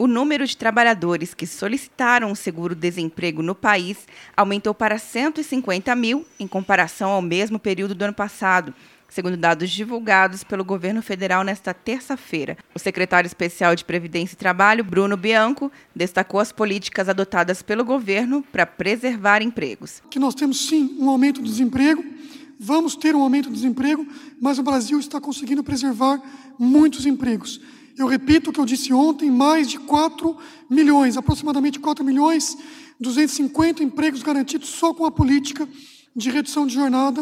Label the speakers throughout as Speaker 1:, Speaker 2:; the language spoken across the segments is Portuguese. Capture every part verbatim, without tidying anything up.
Speaker 1: O número de trabalhadores que solicitaram o seguro-desemprego no país aumentou para cento e cinquenta mil em comparação ao mesmo período do ano passado, segundo dados divulgados pelo governo federal nesta terça-feira. O secretário especial de Previdência e Trabalho, Bruno Bianco, destacou as políticas adotadas pelo governo para preservar empregos.
Speaker 2: Que nós temos, sim, um aumento do desemprego, vamos ter um aumento do desemprego, mas o Brasil está conseguindo preservar muitos empregos. Eu repito o que eu disse ontem, mais de quatro milhões, aproximadamente quatro milhões, duzentos e cinquenta empregos garantidos só com a política de redução de jornada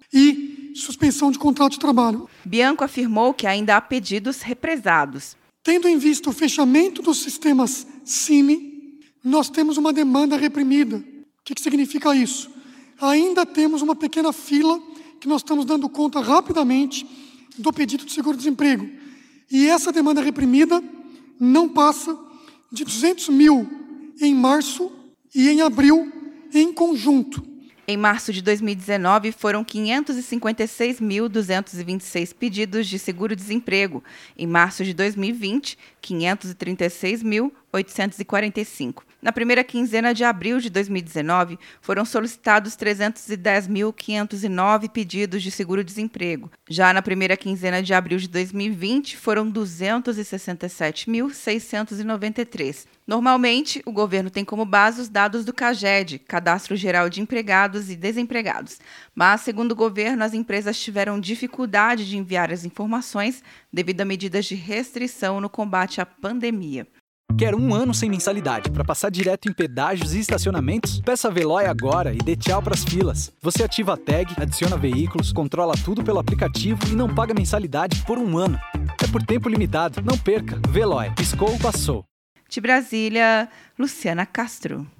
Speaker 2: e suspensão de contrato de trabalho.
Speaker 1: Bianco afirmou que ainda há pedidos represados.
Speaker 2: Tendo em vista o fechamento dos sistemas Cine, nós temos uma demanda reprimida. O que, que significa isso? Ainda temos uma pequena fila que nós estamos dando conta rapidamente do pedido de seguro-desemprego. E essa demanda reprimida não passa de duzentos mil em março e em abril em conjunto.
Speaker 1: Em março de dois mil e dezenove, foram quinhentos e cinquenta e seis mil, duzentos e vinte e seis pedidos de seguro-desemprego. Em março de dois mil e vinte, quinhentos e trinta e seis mil, oitocentos e quarenta e cinco. Na primeira quinzena de abril de dois mil e dezenove, foram solicitados trezentos e dez mil, quinhentos e nove pedidos de seguro-desemprego. Já na primeira quinzena de abril de dois mil e vinte, foram duzentos e sessenta e sete mil, seiscentos e noventa e três. Normalmente, o governo tem como base os dados do CAGED, Cadastro Geral de Empregados e Desempregados. Mas, segundo o governo, as empresas tiveram dificuldade de enviar as informações devido a medidas de restrição no combate à pandemia.
Speaker 3: Quer um ano sem mensalidade para passar direto em pedágios e estacionamentos? Peça a Veloy agora e dê tchau para as filas. Você ativa a tag, adiciona veículos, controla tudo pelo aplicativo e não paga mensalidade por um ano. É por tempo limitado. Não perca. Veloy. Piscou, passou.
Speaker 1: De Brasília, Luciana Castro.